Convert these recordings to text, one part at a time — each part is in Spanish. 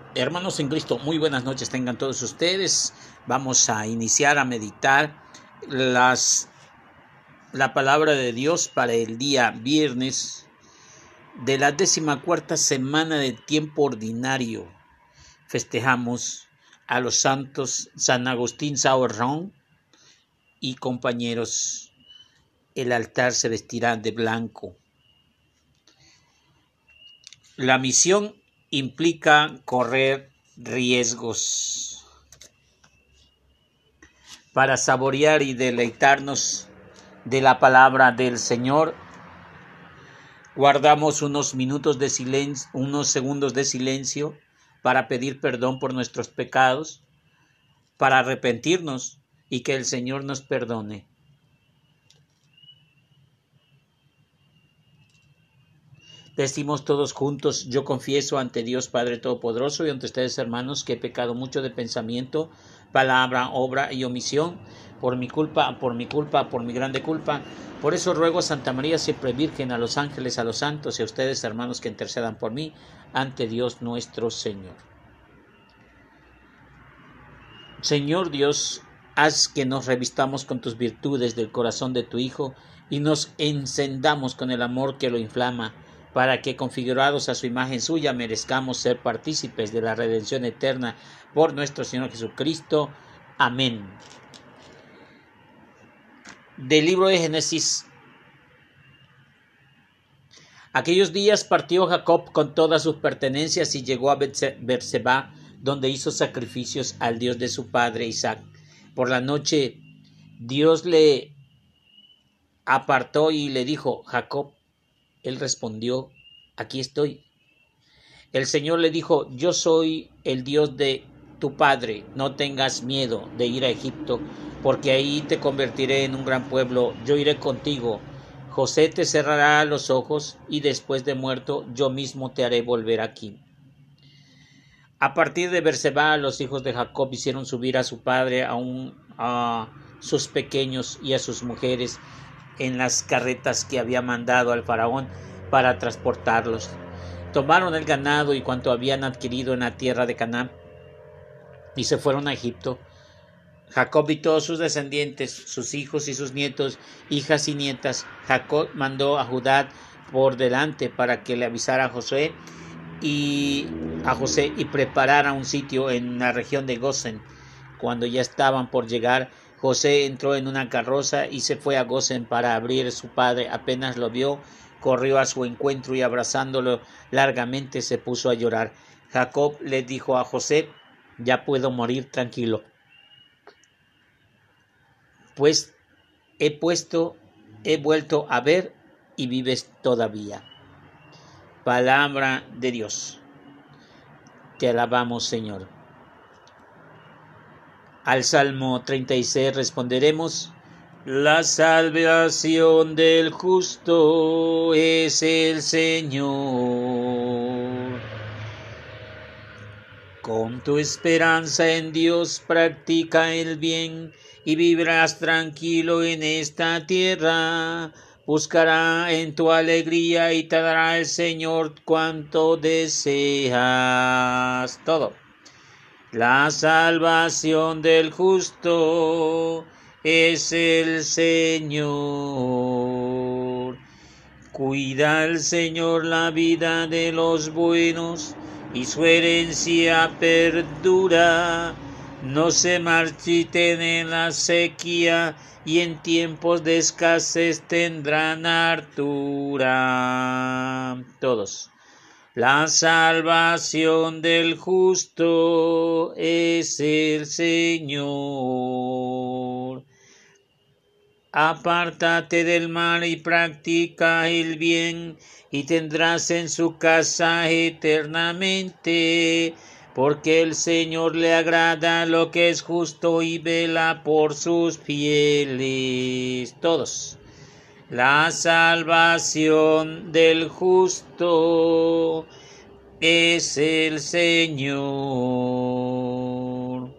Hermanos en Cristo, muy buenas noches tengan todos ustedes. Vamos a iniciar a meditar la palabra de Dios para el día viernes de la 14ª semana de tiempo ordinario. Festejamos a los santos San Agustín Saorrón y compañeros. El altar se vestirá de blanco. La misión implica correr riesgos. Para saborear y deleitarnos de la palabra del Señor, guardamos unos segundos de silencio para pedir perdón por nuestros pecados, para arrepentirnos y que el Señor nos perdone. Decimos todos juntos: yo confieso ante Dios Padre Todopoderoso y ante ustedes, hermanos, que he pecado mucho de pensamiento, palabra, obra y omisión, por mi grande culpa. Por eso ruego a Santa María siempre Virgen, a los ángeles, a los santos y a ustedes, hermanos, que intercedan por mí ante Dios nuestro Señor. Señor Dios, haz que nos revistamos con tus virtudes del corazón de tu Hijo y nos encendamos con el amor que lo inflama, para que, configurados a su imagen suya, merezcamos ser partícipes de la redención eterna por nuestro Señor Jesucristo. Amén. Del libro de Génesis. Aquellos días partió Jacob con todas sus pertenencias y llegó a Berseba, donde hizo sacrificios al Dios de su padre Isaac. Por la noche Dios le apartó y le dijo: Jacob. Él respondió: aquí estoy. El Señor le dijo: yo soy el Dios de tu padre, no tengas miedo de ir a Egipto, porque ahí te convertiré en un gran pueblo, yo iré contigo. José te cerrará los ojos y después de muerto yo mismo te haré volver aquí. A partir de Berseba, los hijos de Jacob hicieron subir a su padre, a sus pequeños y a sus mujeres en las carretas que había mandado al faraón para transportarlos. Tomaron el ganado y cuanto habían adquirido en la tierra de Canaán y se fueron a Egipto. Jacob y todos sus descendientes, sus hijos y sus nietos, hijas y nietas. Jacob mandó a Judá por delante para que le avisara a José y preparara un sitio en la región de Gosén. Cuando ya estaban por llegar, José entró en una carroza y se fue a Gosén para abrir. Su padre apenas lo vio, corrió a su encuentro y abrazándolo largamente se puso a llorar. Jacob le dijo a José: ya puedo morir tranquilo, pues he vuelto a ver y vives todavía. Palabra de Dios. Te alabamos, Señor. Al Salmo 36 responderemos: la salvación del justo es el Señor. Con tu esperanza en Dios practica el bien y vivirás tranquilo en esta tierra. Buscará en tu alegría y te dará el Señor cuanto deseas. Todo. La salvación del justo es el Señor. Cuida el Señor la vida de los buenos y su herencia perdura. No se marchiten en la sequía y en tiempos de escasez tendrán hartura. Todos. La salvación del justo es el Señor. Apártate del mal y practica el bien, y tendrás en su casa eternamente, porque el Señor le agrada lo que es justo y vela por sus fieles. Todos. La salvación del justo es el Señor.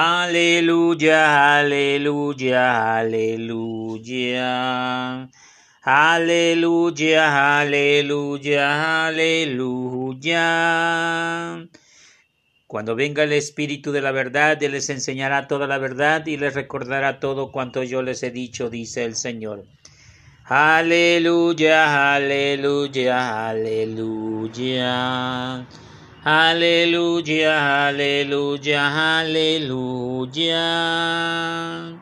Aleluya, aleluya, aleluya. Aleluya, aleluya, aleluya. Cuando venga el Espíritu de la verdad, Él les enseñará toda la verdad y les recordará todo cuanto yo les he dicho, dice el Señor. Aleluya, aleluya, aleluya. Aleluya, aleluya, aleluya.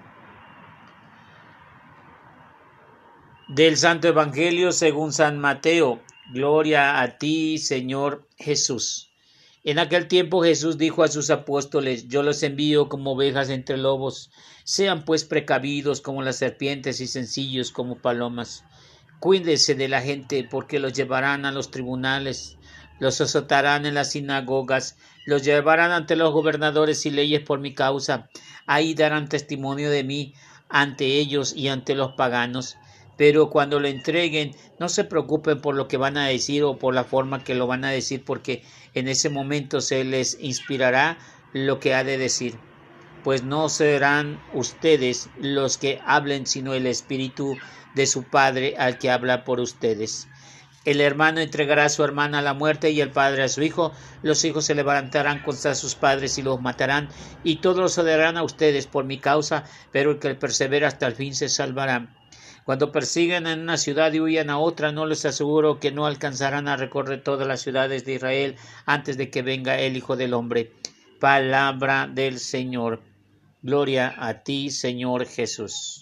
Del Santo Evangelio según San Mateo. Gloria a ti, Señor Jesús. En aquel tiempo Jesús dijo a sus apóstoles: Yo los envío como ovejas entre lobos. Sean pues precavidos como las serpientes y sencillos como palomas. Cuídense de la gente, porque los llevarán a los tribunales, los azotarán en las sinagogas, los llevarán ante los gobernadores y leyes por mi causa. Ahí darán testimonio de mí ante ellos y ante los paganos. Pero cuando lo entreguen, no se preocupen por lo que van a decir o por la forma que lo van a decir, porque en ese momento se les inspirará lo que ha de decir. Pues no serán ustedes los que hablen, sino el Espíritu de su Padre al que habla por ustedes. El hermano entregará a su hermana a la muerte y el padre a su hijo. Los hijos se levantarán contra sus padres y los matarán, y todos los odiarán a ustedes por mi causa, pero el que persevera hasta el fin se salvará. Cuando persigan en una ciudad y huyan a otra, no les aseguro que no alcanzarán a recorrer todas las ciudades de Israel antes de que venga el Hijo del Hombre. Palabra del Señor. Gloria a ti, Señor Jesús.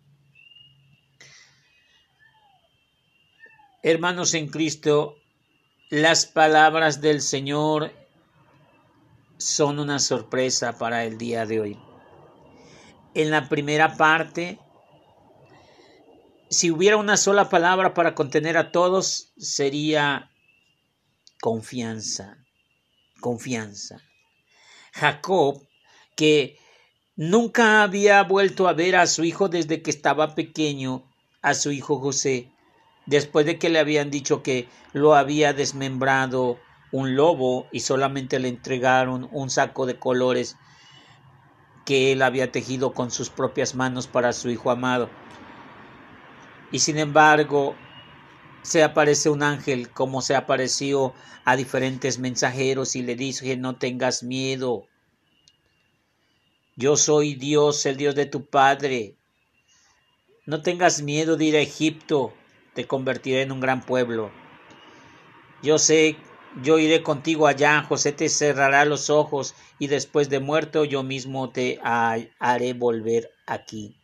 Hermanos en Cristo, las palabras del Señor son una sorpresa para el día de hoy. En la primera parte, si hubiera una sola palabra para contener a todos, sería confianza. Confianza. Jacob, que nunca había vuelto a ver a su hijo desde que estaba pequeño, a su hijo José, después de que le habían dicho que lo había desmembrado un lobo y solamente le entregaron un saco de colores que él había tejido con sus propias manos para su hijo amado. Y sin embargo, se aparece un ángel, como se apareció a diferentes mensajeros, y le dice: no tengas miedo. Yo soy Dios, el Dios de tu padre. No tengas miedo de ir a Egipto, te convertiré en un gran pueblo. Yo iré contigo allá, José te cerrará los ojos, y después de muerto yo mismo te haré volver aquí.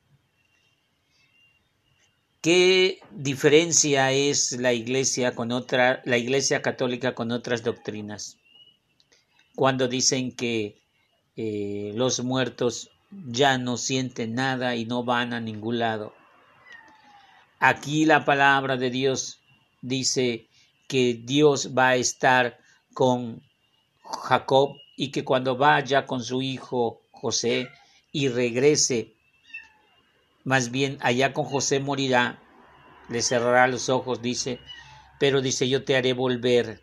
¿Qué diferencia es la Iglesia católica con otras doctrinas? Cuando dicen que los muertos ya no sienten nada y no van a ningún lado. Aquí la palabra de Dios dice que Dios va a estar con Jacob y que cuando vaya con su hijo José y regrese, más bien allá con José morirá, le cerrará los ojos, dice, pero dice: yo te haré volver.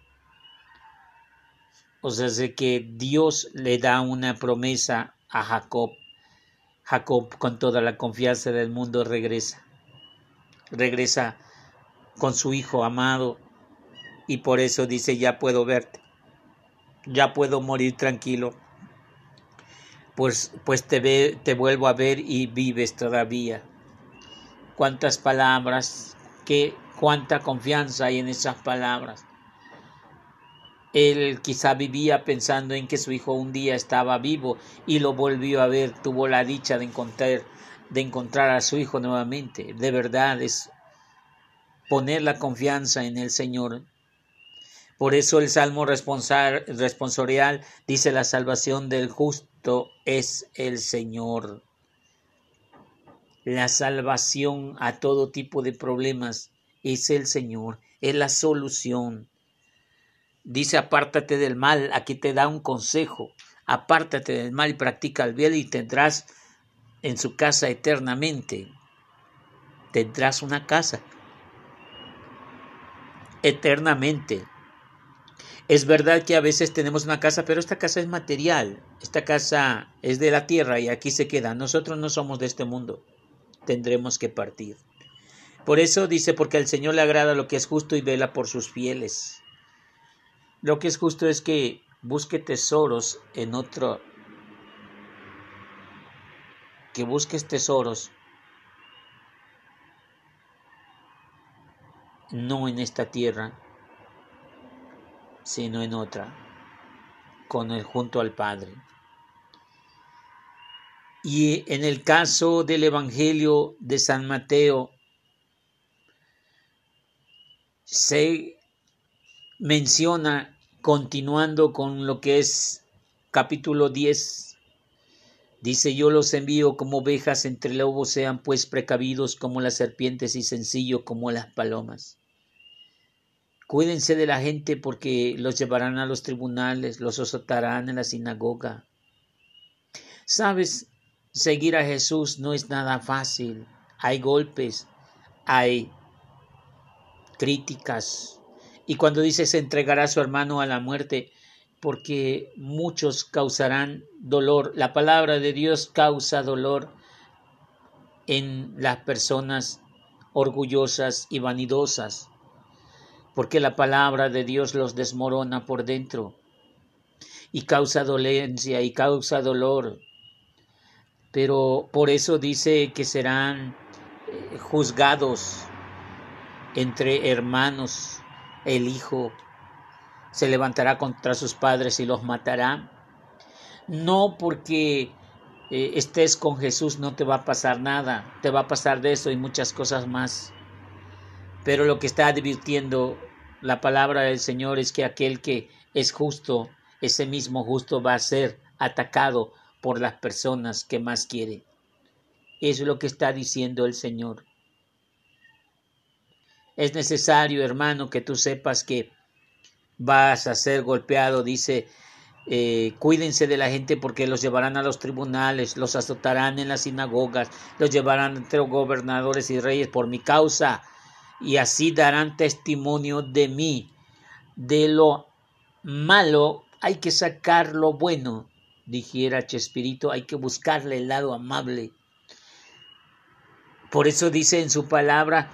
O sea, de que Dios le da una promesa a Jacob. Jacob, con toda la confianza del mundo, regresa con su hijo amado, y por eso dice: ya puedo verte, ya puedo morir tranquilo, pues te vuelvo a ver y vives todavía. Cuántas palabras, cuánta confianza hay en esas palabras. Él quizá vivía pensando en que su hijo un día estaba vivo y lo volvió a ver, tuvo la dicha de encontrar a su hijo nuevamente. De verdad es poner la confianza en el Señor. Por eso el Salmo responsorial dice: la salvación del justo es el Señor. La salvación a todo tipo de problemas es el Señor, es la solución. Dice: apártate del mal. Aquí te da un consejo: apártate del mal y practica el bien, y tendrás en su casa eternamente. Tendrás una casa eternamente. Es verdad que a veces tenemos una casa, pero esta casa es material. Esta casa es de la tierra y aquí se queda. Nosotros no somos de este mundo. Tendremos que partir. Por eso dice, porque al Señor le agrada lo que es justo y vela por sus fieles. Lo que es justo es que busque tesoros en otro, que busques tesoros no en esta tierra, sino en otra, junto al Padre. Y en el caso del Evangelio de San Mateo, se menciona, continuando con lo que es capítulo 10, dice: yo los envío como ovejas entre lobos, sean pues precavidos como las serpientes y sencillos como las palomas. Cuídense de la gente porque los llevarán a los tribunales, los azotarán en la sinagoga. ¿Sabes? Seguir a Jesús no es nada fácil. Hay golpes, hay críticas. Y cuando dice se entregará a su hermano a la muerte, porque muchos causarán dolor. La palabra de Dios causa dolor en las personas orgullosas y vanidosas, porque la palabra de Dios los desmorona por dentro y causa dolencia y causa dolor. Pero por eso dice que serán juzgados entre hermanos. El hijo se levantará contra sus padres y los matará. No porque estés con Jesús no te va a pasar nada, te va a pasar de eso y muchas cosas más. Pero lo que está advirtiendo la palabra del Señor es que aquel que es justo, ese mismo justo va a ser atacado por las personas que más quiere. Eso es lo que está diciendo el Señor. Es necesario, hermano, que tú sepas que vas a ser golpeado. Dice, cuídense de la gente porque los llevarán a los tribunales, los azotarán en las sinagogas, los llevarán entre gobernadores y reyes por mi causa, y así darán testimonio de mí. De lo malo hay que sacar lo bueno, dijera Chespirito, hay que buscarle el lado amable. Por eso dice en su palabra,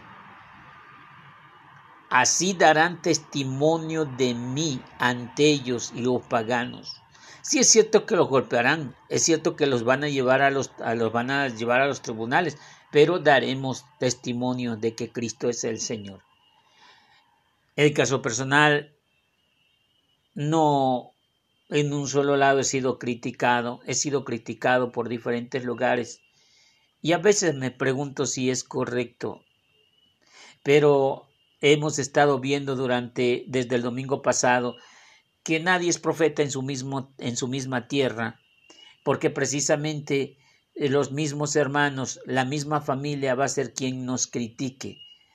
así darán testimonio de mí ante ellos y los paganos. Sí es cierto que los golpearán, es cierto que los van a llevar a los tribunales, pero daremos testimonio de que Cristo es el Señor. En el caso personal, no en un solo lado he sido criticado por diferentes lugares y a veces me pregunto si es correcto, pero hemos estado viendo desde el domingo pasado que nadie es profeta en su misma tierra, porque precisamente los mismos hermanos, la misma familia va a ser quien nos critique.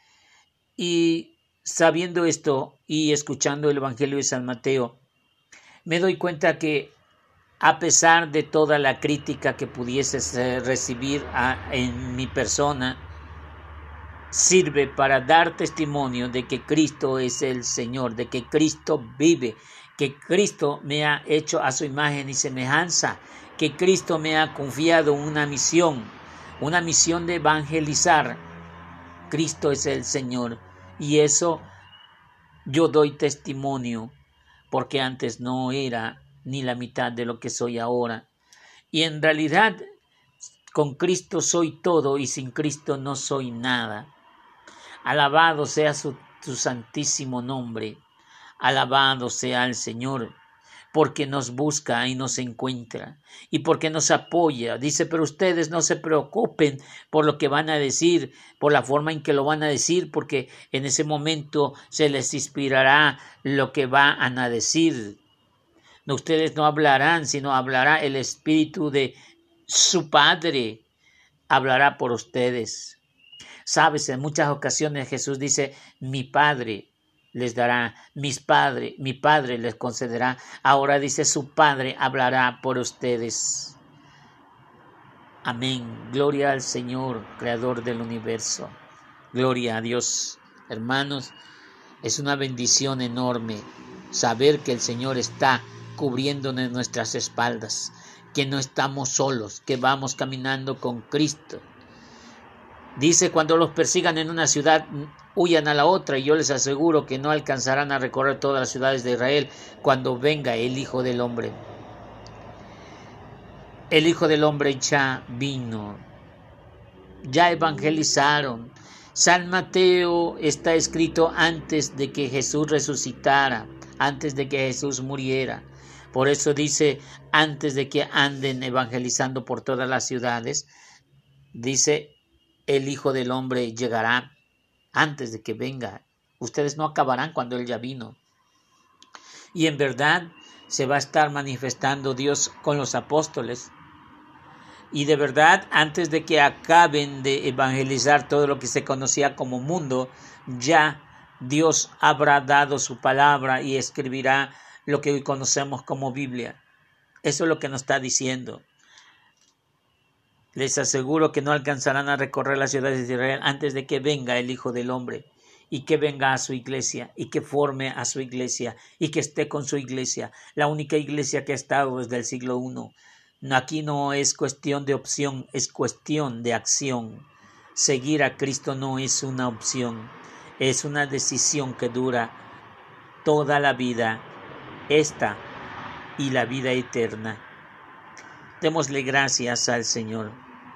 Y sabiendo esto y escuchando el Evangelio de San Mateo, me doy cuenta que a pesar de toda la crítica que pudiese recibir en mi persona, sirve para dar testimonio de que Cristo es el Señor, de que Cristo vive, que Cristo me ha hecho a su imagen y semejanza, que Cristo me ha confiado una misión de evangelizar. Cristo es el Señor y eso yo doy testimonio, porque antes no era ni la mitad de lo que soy ahora. Y en realidad con Cristo soy todo y sin Cristo no soy nada. Alabado sea su santísimo nombre. Alabado sea el Señor, porque nos busca y nos encuentra y porque nos apoya. Dice, pero ustedes no se preocupen por lo que van a decir, por la forma en que lo van a decir, porque en ese momento se les inspirará lo que van a decir. No, ustedes no hablarán, sino hablará el Espíritu de su Padre, hablará por ustedes. Sabes, en muchas ocasiones Jesús dice, mi Padre les dará, mi Padre les concederá. Ahora dice, su Padre hablará por ustedes. Amén. Gloria al Señor, Creador del universo. Gloria a Dios. Hermanos, es una bendición enorme saber que el Señor está cubriéndonos nuestras espaldas, que no estamos solos, que vamos caminando con Cristo. Dice, cuando los persigan en una ciudad, huyan a la otra, y yo les aseguro que no alcanzarán a recorrer todas las ciudades de Israel cuando venga el Hijo del Hombre. El Hijo del Hombre ya vino, ya evangelizaron. San Mateo está escrito antes de que Jesús resucitara, antes de que Jesús muriera. Por eso dice, antes de que anden evangelizando por todas las ciudades, dice, el Hijo del Hombre llegará antes de que venga. Ustedes no acabarán cuando Él ya vino. Y en verdad se va a estar manifestando Dios con los apóstoles. Y de verdad, antes de que acaben de evangelizar todo lo que se conocía como mundo, ya Dios habrá dado su palabra y escribirá lo que hoy conocemos como Biblia. Eso es lo que nos está diciendo. Les aseguro que no alcanzarán a recorrer las ciudades de Israel antes de que venga el Hijo del Hombre, y que venga a su iglesia, y que forme a su iglesia, y que esté con su iglesia, la única iglesia que ha estado desde el siglo I. Aquí no es cuestión de opción, es cuestión de acción. Seguir a Cristo no es una opción, es una decisión que dura toda la vida, esta y la vida eterna. Démosle gracias al Señor.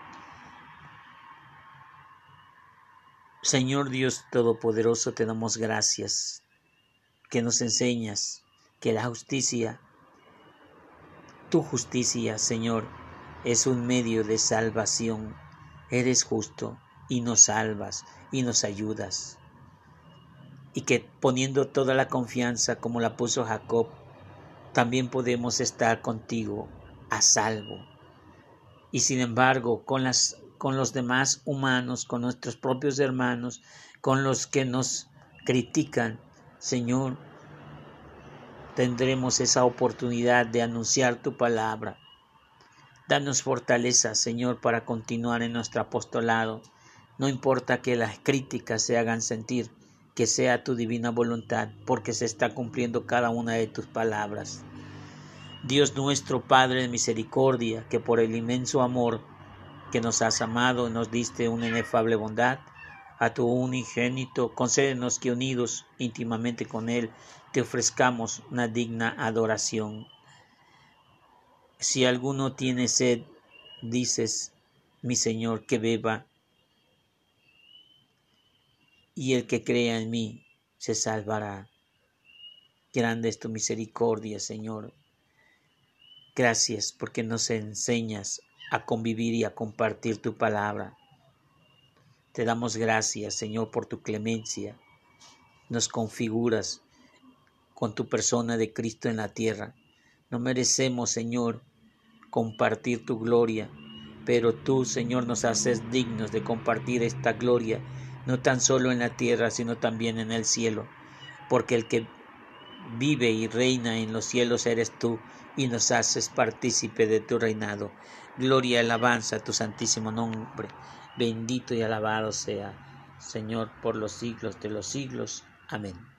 Señor Dios Todopoderoso, te damos gracias que nos enseñas que la justicia, tu justicia, Señor, es un medio de salvación. Eres justo y nos salvas y nos ayudas. Y que poniendo toda la confianza como la puso Jacob, también podemos estar contigo a salvo. Y sin embargo, con los demás humanos, con nuestros propios hermanos, con los que nos critican, Señor, tendremos esa oportunidad de anunciar tu palabra. Danos fortaleza, Señor, para continuar en nuestro apostolado. No importa que las críticas se hagan sentir, que sea tu divina voluntad, porque se está cumpliendo cada una de tus palabras. Dios nuestro, Padre de misericordia, que por el inmenso amor que nos has amado y nos diste una inefable bondad, a tu unigénito, concédenos que unidos íntimamente con Él, te ofrezcamos una digna adoración. Si alguno tiene sed, dices, mi Señor, que beba, y el que crea en mí se salvará. Grande es tu misericordia, Señor. Gracias porque nos enseñas a convivir y a compartir tu palabra. Te damos gracias, Señor, por tu clemencia. Nos configuras con tu persona de Cristo en la tierra. No merecemos, Señor, compartir tu gloria, pero tú, Señor, nos haces dignos de compartir esta gloria, no tan solo en la tierra, sino también en el cielo, porque el que vive y reina en los cielos eres tú, y nos haces partícipe de tu reinado. Gloria y alabanza a tu santísimo nombre. Bendito y alabado sea, Señor, por los siglos de los siglos. Amén.